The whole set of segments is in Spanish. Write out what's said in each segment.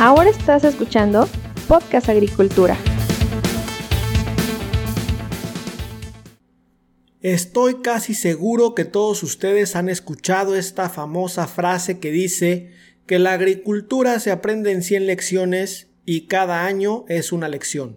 Ahora estás escuchando Podcast Agricultura. Estoy casi seguro que todos ustedes han escuchado esta famosa frase que dice que la agricultura se aprende en 100 lecciones y cada año es una lección.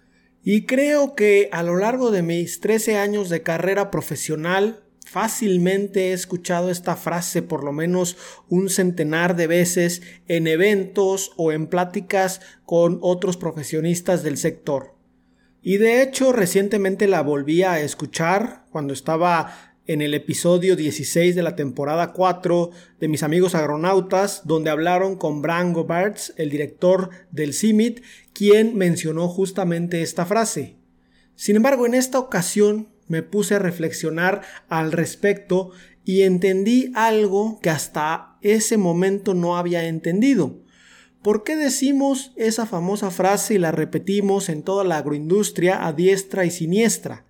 Y creo que a lo largo de mis 13 años de carrera profesional, fácilmente he escuchado esta frase por lo menos un centenar de veces en eventos o en pláticas con otros profesionistas del sector. Y de hecho recientemente la volví a escuchar cuando estaba en el episodio 16 de la temporada 4 de Mis Amigos Agronautas, donde hablaron con Bran Gobarts, el director del CIMIT, quien mencionó justamente esta frase. Sin embargo, en esta ocasión me puse a reflexionar al respecto y entendí algo que hasta ese momento no había entendido. ¿Por qué decimos esa famosa frase y la repetimos en toda la agroindustria a diestra y siniestra?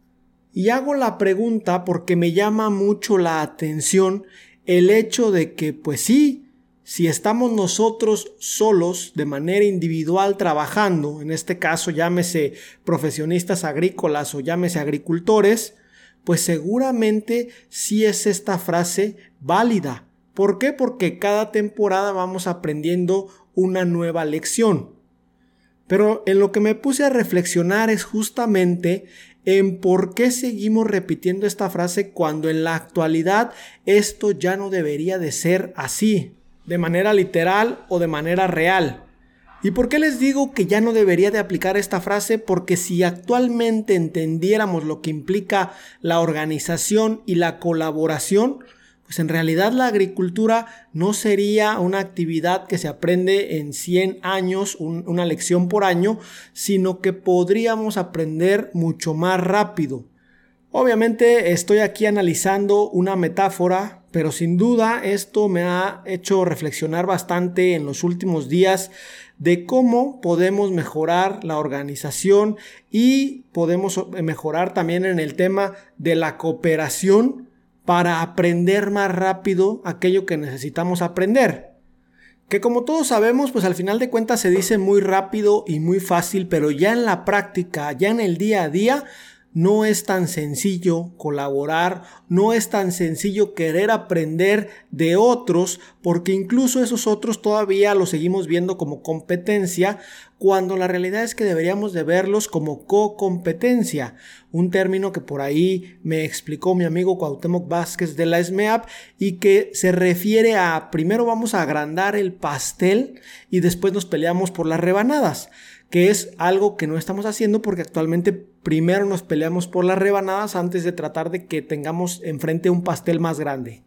Y hago la pregunta porque me llama mucho la atención el hecho de que, pues sí, si estamos nosotros solos de manera individual trabajando, en este caso llámese profesionistas agrícolas o llámese agricultores, pues seguramente sí es esta frase válida. ¿Por qué? Porque cada temporada vamos aprendiendo una nueva lección. Pero en lo que me puse a reflexionar es justamente en por qué seguimos repitiendo esta frase cuando en la actualidad esto ya no debería de ser así, de manera literal o de manera real. ¿Y por qué les digo que ya no debería de aplicar esta frase? Porque si actualmente entendiéramos lo que implica la organización y la colaboración, pues en realidad la agricultura no sería una actividad que se aprende en 100 años, una lección por año, sino que podríamos aprender mucho más rápido. Obviamente estoy aquí analizando una metáfora, pero sin duda esto me ha hecho reflexionar bastante en los últimos días de cómo podemos mejorar la organización y podemos mejorar también en el tema de la cooperación para aprender más rápido aquello que necesitamos aprender. Que como todos sabemos, pues al final de cuentas se dice muy rápido y muy fácil, pero ya en la práctica, ya en el día a día, no es tan sencillo colaborar, no es tan sencillo querer aprender de otros, porque incluso esos otros todavía los seguimos viendo como competencia, cuando la realidad es que deberíamos de verlos como co-competencia, un término que por ahí me explicó mi amigo Cuauhtémoc Vázquez de la SMEAP y que se refiere a primero vamos a agrandar el pastel y después nos peleamos por las rebanadas, que es algo que no estamos haciendo porque actualmente primero nos peleamos por las rebanadas antes de tratar de que tengamos enfrente un pastel más grande.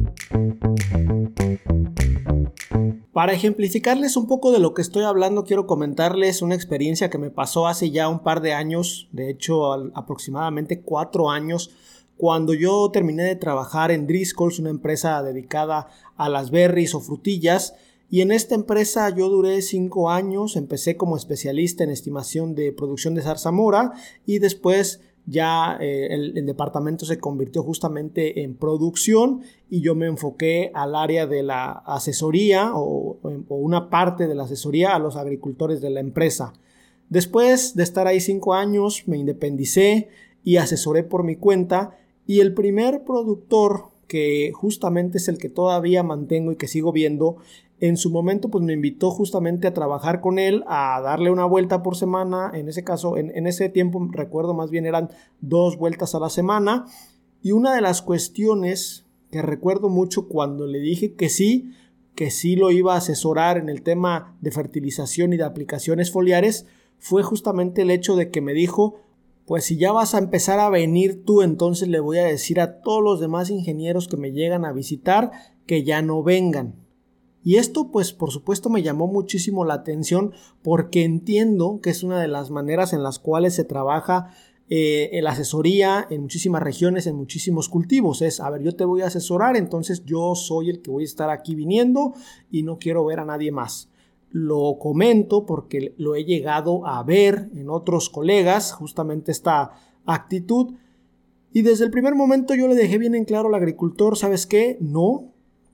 Para ejemplificarles un poco de lo que estoy hablando, quiero comentarles una experiencia que me pasó hace ya un par de años, de hecho aproximadamente 4 años, cuando yo terminé de trabajar en Driscoll's, una empresa dedicada a las berries o frutillas. Y en esta empresa yo duré 5 años, empecé como especialista en estimación de producción de zarzamora y después ya el departamento se convirtió justamente en producción y yo me enfoqué al área de la asesoría o una parte de la asesoría a los agricultores de la empresa. Después de estar ahí 5 años me independicé y asesoré por mi cuenta y el primer productor que justamente es el que todavía mantengo y que sigo viendo, en su momento pues me invitó justamente a trabajar con él, a darle una vuelta por semana, en ese caso, en ese tiempo recuerdo más bien eran 2 vueltas a la semana, y una de las cuestiones que recuerdo mucho cuando le dije que sí lo iba a asesorar en el tema de fertilización y de aplicaciones foliares, fue justamente el hecho de que me dijo: pues si ya vas a empezar a venir tú, entonces le voy a decir a todos los demás ingenieros que me llegan a visitar que ya no vengan. Y esto pues por supuesto me llamó muchísimo la atención porque entiendo que es una de las maneras en las cuales se trabaja en la asesoría en muchísimas regiones, en muchísimos cultivos. Es, a ver, yo te voy a asesorar, entonces yo soy el que voy a estar aquí viniendo y no quiero ver a nadie más. Lo comento porque lo he llegado a ver en otros colegas, justamente esta actitud. Y desde el primer momento yo le dejé bien en claro al agricultor: ¿sabes qué? No,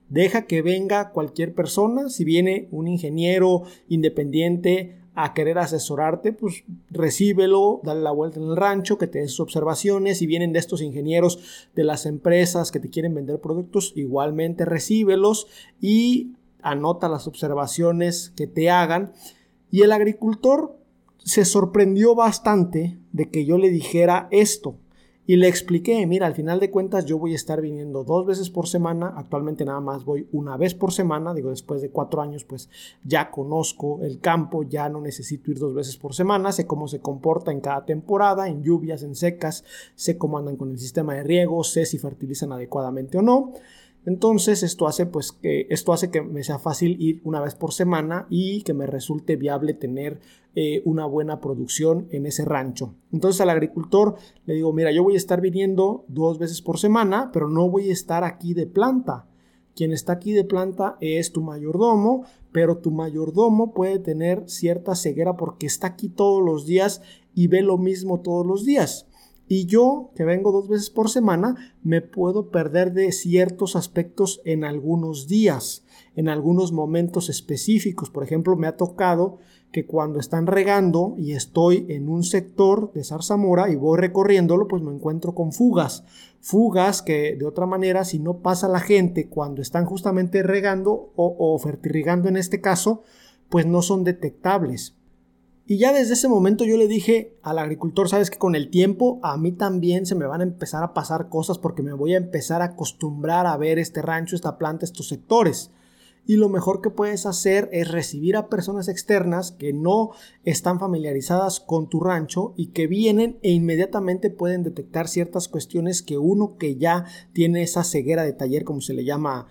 Deja que venga cualquier persona. Si viene un ingeniero independiente a querer asesorarte, pues recíbelo, dale la vuelta en el rancho, que te dé sus observaciones. Si vienen de estos ingenieros de las empresas que te quieren vender productos, igualmente recíbelos y anota las observaciones que te hagan. Y el agricultor se sorprendió bastante de que yo le dijera esto. Y le expliqué, mira, al final de cuentas yo voy a estar viniendo 2 veces por semana, actualmente nada más voy 1 vez por semana, digo, después de 4 años pues ya conozco el campo, ya no necesito ir 2 veces por semana, sé cómo se comporta en cada temporada, en lluvias, en secas, sé cómo andan con el sistema de riego, sé si fertilizan adecuadamente o no. Entonces esto hace que me sea fácil ir 1 vez por semana y que me resulte viable tener una buena producción en ese rancho. Entonces al agricultor le digo, mira, yo voy a estar viniendo 2 veces por semana, pero no voy a estar aquí de planta. Quien está aquí de planta es tu mayordomo, pero tu mayordomo puede tener cierta ceguera porque está aquí todos los días y ve lo mismo todos los días. Y yo, que vengo 2 veces por semana, me puedo perder de ciertos aspectos en algunos días, en algunos momentos específicos. Por ejemplo, me ha tocado que cuando están regando y estoy en un sector de zarzamora y voy recorriéndolo, pues me encuentro con fugas. Fugas que de otra manera, si no pasa la gente cuando están justamente regando o fertirrigando en este caso, pues no son detectables. Y ya desde ese momento yo le dije al agricultor, sabes que con el tiempo a mí también se me van a empezar a pasar cosas porque me voy a empezar a acostumbrar a ver este rancho, esta planta, estos sectores. Y lo mejor que puedes hacer es recibir a personas externas que no están familiarizadas con tu rancho y que vienen e inmediatamente pueden detectar ciertas cuestiones que uno que ya tiene esa ceguera de taller, como se le llama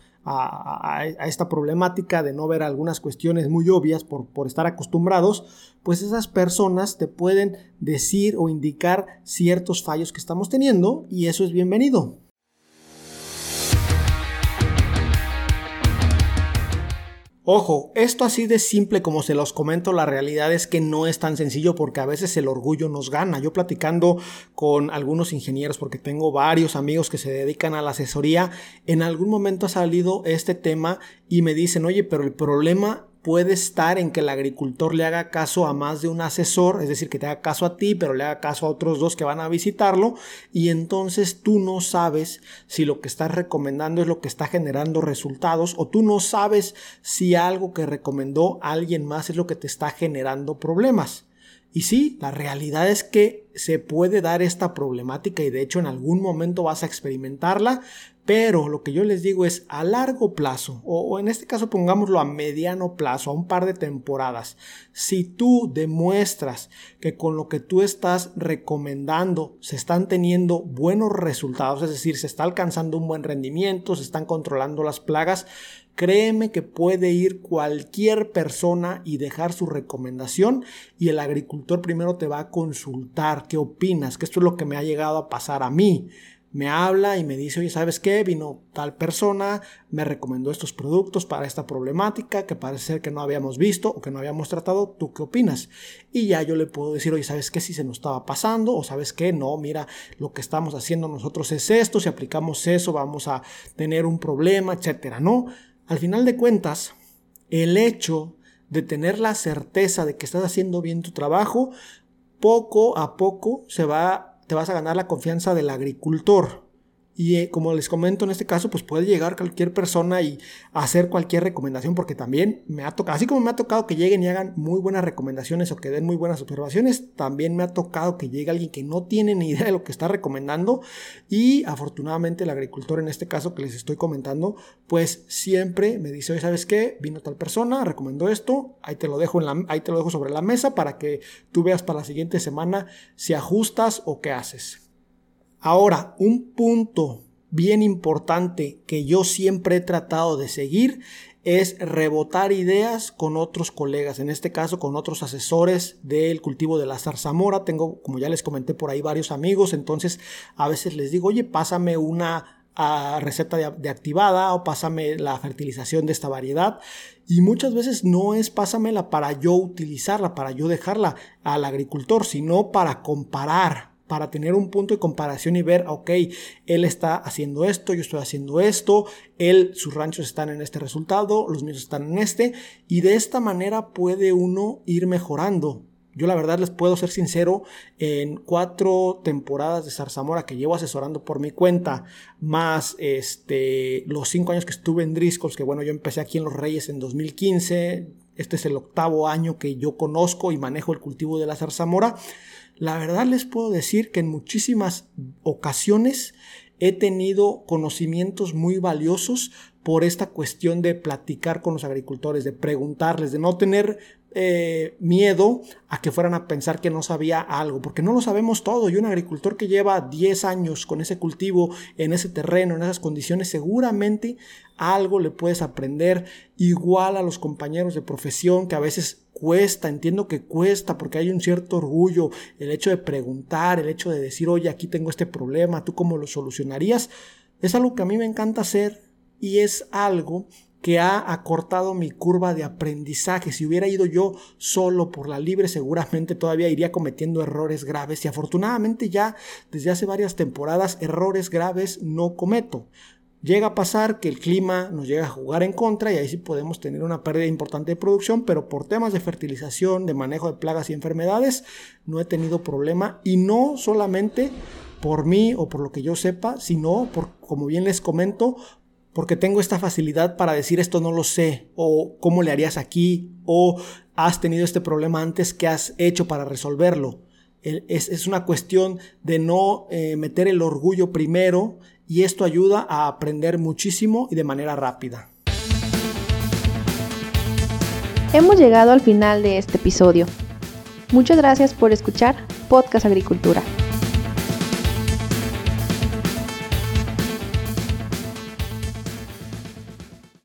a esta problemática de no ver algunas cuestiones muy obvias por estar acostumbrados, pues esas personas te pueden decir o indicar ciertos fallos que estamos teniendo y eso es bienvenido. Ojo, esto así de simple como se los comento, la realidad es que no es tan sencillo porque a veces el orgullo nos gana. Yo platicando con algunos ingenieros, porque tengo varios amigos que se dedican a la asesoría, en algún momento ha salido este tema y me dicen, oye, pero el problema puede estar en que el agricultor le haga caso a más de un asesor, es decir, que te haga caso a ti, pero le haga caso a otros 2 que van a visitarlo y entonces tú no sabes si lo que estás recomendando es lo que está generando resultados o tú no sabes si algo que recomendó alguien más es lo que te está generando problemas. Y sí, la realidad es que se puede dar esta problemática y de hecho en algún momento vas a experimentarla, pero lo que yo les digo es a largo plazo o en este caso pongámoslo a mediano plazo, a un par de temporadas. Si tú demuestras que con lo que tú estás recomendando se están teniendo buenos resultados, es decir, se está alcanzando un buen rendimiento, se están controlando las plagas, créeme que puede ir cualquier persona y dejar su recomendación y el agricultor primero te va a consultar qué opinas, que esto es lo que me ha llegado a pasar a mí. Me habla y me dice, oye, ¿sabes qué? Vino tal persona, me recomendó estos productos para esta problemática que parece ser que no habíamos visto o que no habíamos tratado, ¿tú qué opinas? Y ya yo le puedo decir, oye, ¿sabes qué? Si se nos estaba pasando o ¿sabes qué? No, mira, lo que estamos haciendo nosotros es esto, si aplicamos eso vamos a tener un problema, etcétera, ¿no? Al final de cuentas, el hecho de tener la certeza de que estás haciendo bien tu trabajo, poco a poco te vas a ganar la confianza del agricultor. Y como les comento en este caso, pues puede llegar cualquier persona y hacer cualquier recomendación, porque también me ha tocado, así como me ha tocado que lleguen y hagan muy buenas recomendaciones o que den muy buenas observaciones, también me ha tocado que llegue alguien que no tiene ni idea de lo que está recomendando y afortunadamente el agricultor en este caso que les estoy comentando, pues siempre me dice, oye, ¿sabes qué? Vino tal persona, recomendó esto, ahí te lo dejo sobre la mesa para que tú veas para la siguiente semana si ajustas o qué haces. Ahora, un punto bien importante que yo siempre he tratado de seguir es rebotar ideas con otros colegas, en este caso con otros asesores del cultivo de la zarzamora. Tengo, como ya les comenté por ahí, varios amigos, entonces a veces les digo, oye, pásame una receta de activada o pásame la fertilización de esta variedad y muchas veces no es pásamela para yo utilizarla, para yo dejarla al agricultor, sino para comparar para tener un punto de comparación y ver, ok, él está haciendo esto, yo estoy haciendo esto, sus ranchos están en este resultado, los míos están en este, y de esta manera puede uno ir mejorando. Yo la verdad les puedo ser sincero, en 4 temporadas de Zarzamora que llevo asesorando por mi cuenta, más los 5 años que estuve en Driscolls, que bueno, yo empecé aquí en Los Reyes en 2015, este es el 8º año que yo conozco y manejo el cultivo de la zarzamora. La verdad les puedo decir que en muchísimas ocasiones he tenido conocimientos muy valiosos por esta cuestión de platicar con los agricultores, de preguntarles, de no tener miedo a que fueran a pensar que no sabía algo, porque no lo sabemos todo. Y un agricultor que lleva 10 años con ese cultivo, en ese terreno, en esas condiciones, seguramente algo le puedes aprender. Igual a los compañeros de profesión, que a veces cuesta, entiendo que cuesta porque hay un cierto orgullo, el hecho de preguntar, el hecho de decir, oye, aquí tengo este problema, ¿tú cómo lo solucionarías? Es algo que a mí me encanta hacer y es algo que ha acortado mi curva de aprendizaje. Si hubiera ido yo solo por la libre, seguramente todavía iría cometiendo errores graves, y afortunadamente ya desde hace varias temporadas errores graves no cometo. Llega a pasar que el clima nos llega a jugar en contra y ahí sí podemos tener una pérdida importante de producción, pero por temas de fertilización, de manejo de plagas y enfermedades, no he tenido problema, y no solamente por mí o por lo que yo sepa, sino por, como bien les comento, porque tengo esta facilidad para decir esto no lo sé, o cómo le harías aquí, o has tenido este problema antes, ¿qué has hecho para resolverlo? Es una cuestión de no meter el orgullo primero, y esto ayuda a aprender muchísimo y de manera rápida. Hemos llegado al final de este episodio. Muchas gracias por escuchar Podcast Agricultura.